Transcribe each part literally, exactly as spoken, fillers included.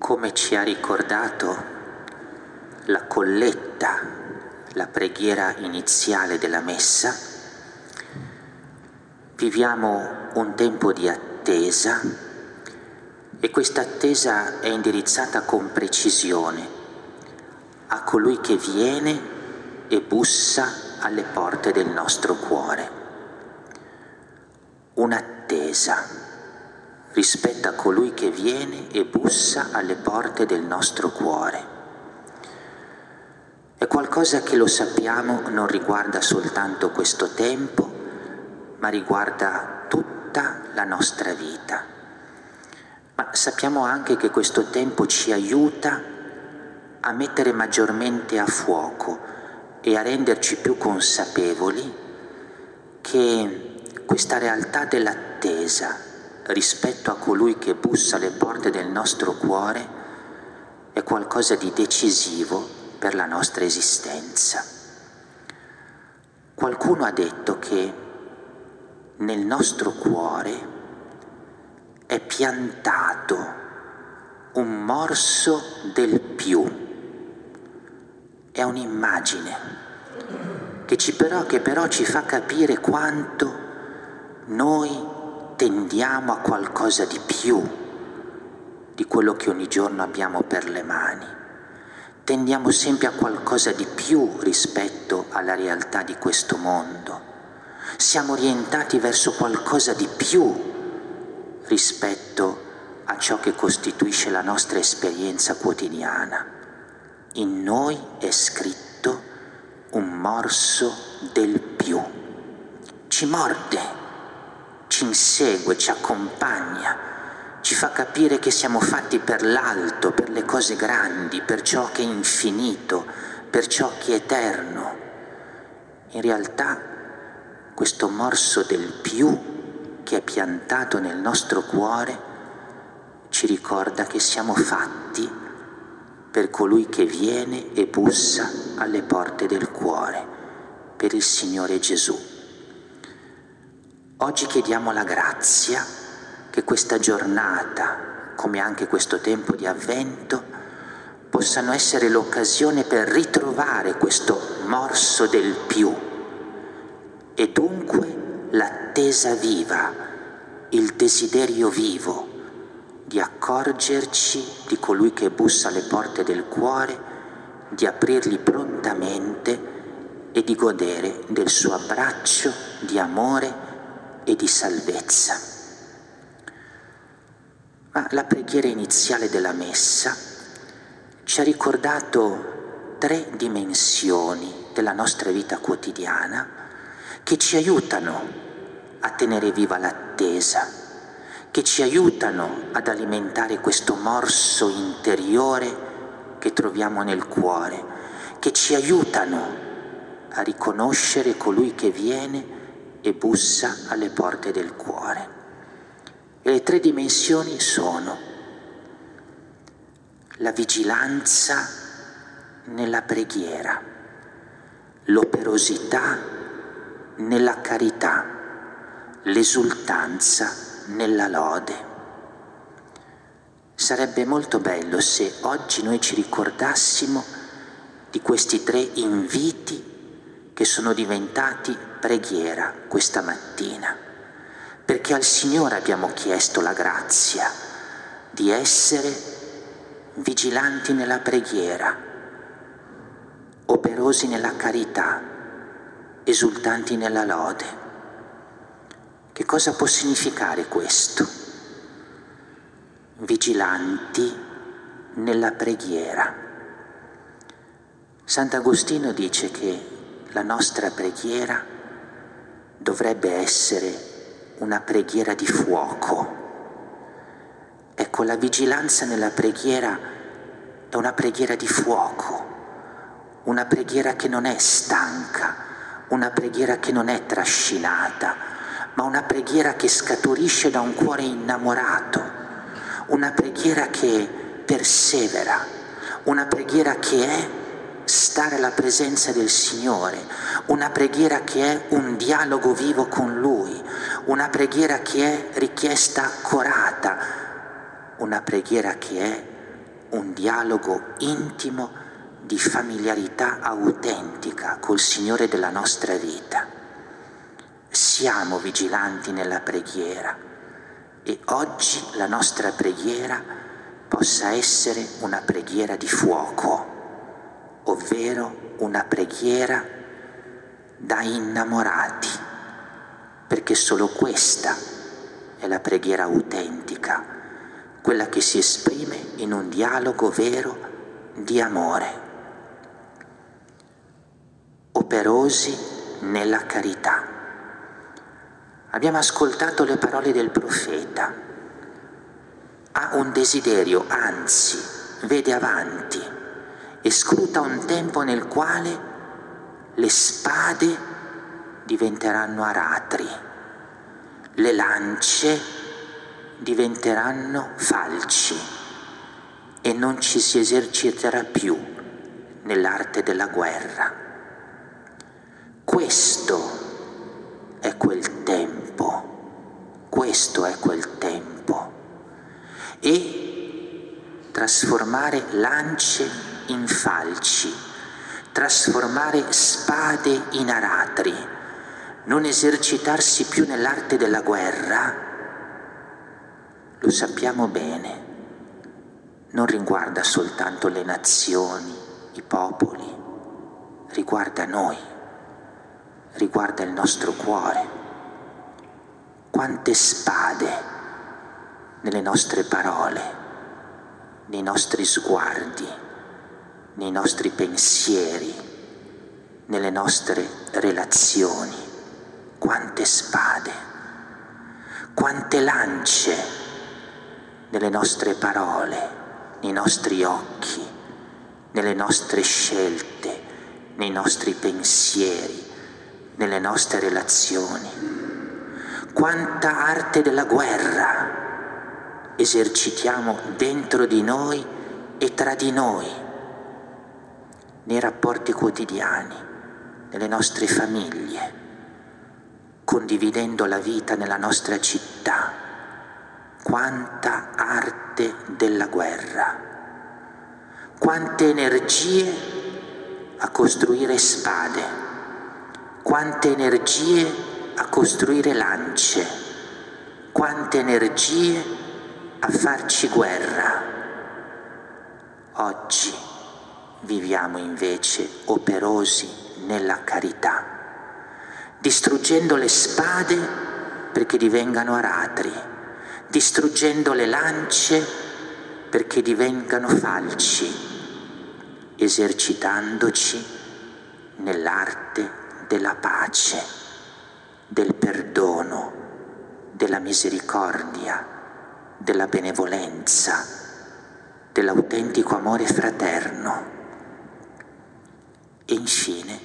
come ci ha ricordato la colletta, la preghiera iniziale della Messa, viviamo un tempo di attesa e questa attesa è indirizzata con precisione a colui che viene e bussa alle porte del nostro cuore. Un'attesa rispetto a colui che viene e bussa alle porte del nostro cuore. È qualcosa che, lo sappiamo, non riguarda soltanto questo tempo, ma riguarda tutta la nostra vita. Ma sappiamo anche che questo tempo ci aiuta a mettere maggiormente a fuoco e a renderci più consapevoli che questa realtà dell'attesa rispetto a colui che bussa alle porte del nostro cuore è qualcosa di decisivo per la nostra esistenza. Qualcuno ha detto che nel nostro cuore è piantato un morso del più. È un'immagine che, ci però, che però ci fa capire quanto noi tendiamo a qualcosa di più di quello che ogni giorno abbiamo per le mani. Tendiamo sempre a qualcosa di più rispetto alla realtà di questo mondo. Siamo orientati verso qualcosa di più rispetto a ciò che costituisce la nostra esperienza quotidiana. In noi è scritto un morso del più. Ci morde, ci insegue, ci accompagna, ci fa capire che siamo fatti per l'alto, per le cose grandi, per ciò che è infinito, per ciò che è eterno. In realtà questo morso del più che è piantato nel nostro cuore ci ricorda che siamo fatti per colui che viene e bussa alle porte del cuore, per il Signore Gesù. Oggi chiediamo la grazia che questa giornata, come anche questo tempo di Avvento, possano essere l'occasione per ritrovare questo morso del più e dunque l'attesa viva, il desiderio vivo di accorgerci di colui che bussa alle porte del cuore, di aprirli prontamente e di godere del suo abbraccio di amore e di salvezza. Ma la preghiera iniziale della Messa ci ha ricordato tre dimensioni della nostra vita quotidiana che ci aiutano a tenere viva l'attesa, che ci aiutano ad alimentare questo morso interiore che troviamo nel cuore, che ci aiutano a riconoscere colui che viene e bussa alle porte del cuore. E le tre dimensioni sono la vigilanza nella preghiera, l'operosità nella carità, l'esultanza nella lode. Sarebbe molto bello se oggi noi ci ricordassimo di questi tre inviti che sono diventati preghiera questa mattina, perché al Signore abbiamo chiesto la grazia di essere vigilanti nella preghiera, operosi nella carità, esultanti nella lode. Che cosa può significare questo? Vigilanti nella preghiera. Sant'Agostino dice che la nostra preghiera dovrebbe essere una preghiera di fuoco. Ecco, la vigilanza nella preghiera è una preghiera di fuoco, una preghiera che non è stanca, una preghiera che non è trascinata, ma una preghiera che scaturisce da un cuore innamorato, una preghiera che persevera, una preghiera che è stare alla presenza del Signore, una preghiera che è un dialogo vivo con Lui, una preghiera che è richiesta accorata, una preghiera che è un dialogo intimo di familiarità autentica col Signore della nostra vita. Siamo vigilanti nella preghiera e oggi la nostra preghiera possa essere una preghiera di fuoco, ovvero una preghiera da innamorati, perché solo questa è la preghiera autentica, quella che si esprime in un dialogo vero di amore, operosi nella carità. Abbiamo ascoltato le parole del profeta. Ha un desiderio, anzi, vede avanti e scruta un tempo nel quale le spade diventeranno aratri, le lance diventeranno falci e non ci si eserciterà più nell'arte della guerra. Questo è quel tempo, questo è quel tempo. E trasformare lance in falci, trasformare spade in aratri, non esercitarsi più nell'arte della guerra, lo sappiamo bene, non riguarda soltanto le nazioni, i popoli, riguarda noi, riguarda il nostro cuore. Quante spade nelle nostre parole, nei nostri sguardi, nei nostri pensieri, nelle nostre relazioni, quante spade, quante lance nelle nostre parole, nei nostri occhi, nelle nostre scelte, nei nostri pensieri, nelle nostre relazioni. Quanta arte della guerra esercitiamo dentro di noi e tra di noi, nei rapporti quotidiani, nelle nostre famiglie, condividendo la vita nella nostra città. Quanta arte della guerra, quante energie a costruire spade, quante energie a costruire lance, quante energie a farci guerra. Oggi viviamo invece operosi nella carità, distruggendo le spade perché divengano aratri, distruggendo le lance perché divengano falci, esercitandoci nell'arte della pace, del perdono, della misericordia, della benevolenza, dell'autentico amore fraterno. E infine,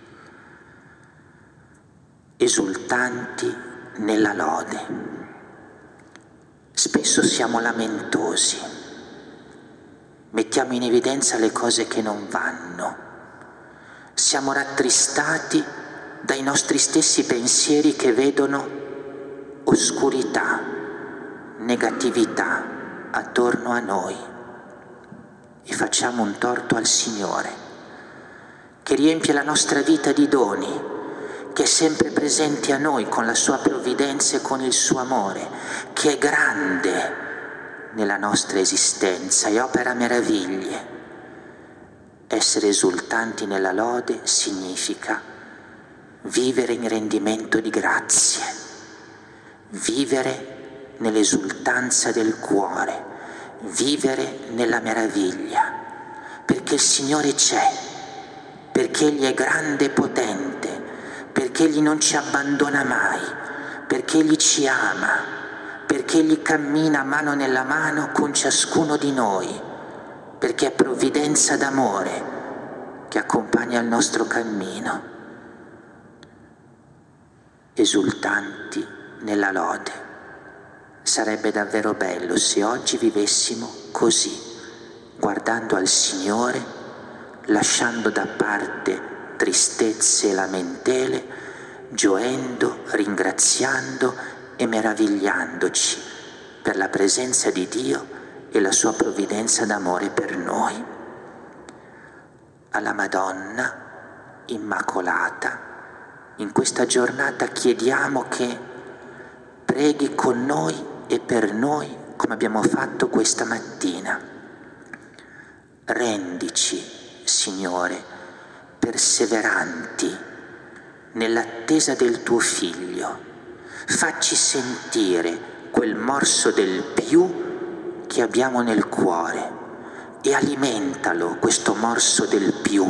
esultanti nella lode. Spesso siamo lamentosi, mettiamo in evidenza le cose che non vanno, siamo rattristati dai nostri stessi pensieri che vedono oscurità, negatività attorno a noi e facciamo un torto al Signore, che riempie la nostra vita di doni, che è sempre presente a noi con la sua provvidenza e con il suo amore, che è grande nella nostra esistenza e opera meraviglie. Essere esultanti nella lode significa vivere in rendimento di grazie, vivere nell'esultanza del cuore, vivere nella meraviglia, perché il Signore c'è, perché Egli è grande e potente, perché Egli non ci abbandona mai, perché Egli ci ama, perché Egli cammina mano nella mano con ciascuno di noi, perché è provvidenza d'amore che accompagna il nostro cammino. Esultanti nella lode. Sarebbe davvero bello se oggi vivessimo così, guardando al Signore, lasciando da parte tristezze e lamentele, gioendo, ringraziando e meravigliandoci per la presenza di Dio e la sua provvidenza d'amore per noi. Alla Madonna Immacolata, in questa giornata chiediamo che preghi con noi e per noi come abbiamo fatto questa mattina. Rendici, Signore, perseveranti nell'attesa del tuo Figlio. Facci sentire quel morso del più che abbiamo nel cuore e alimentalo, questo morso del più,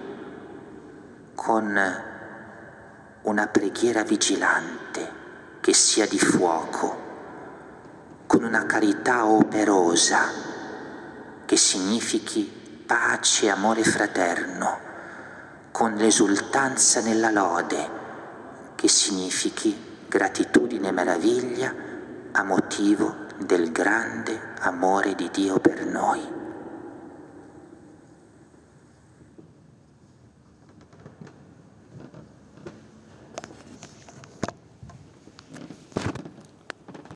con una preghiera vigilante che sia di fuoco, con una carità operosa che significhi pace e amore fraterno, con l'esultanza nella lode che significhi gratitudine e meraviglia a motivo del grande amore di Dio per noi.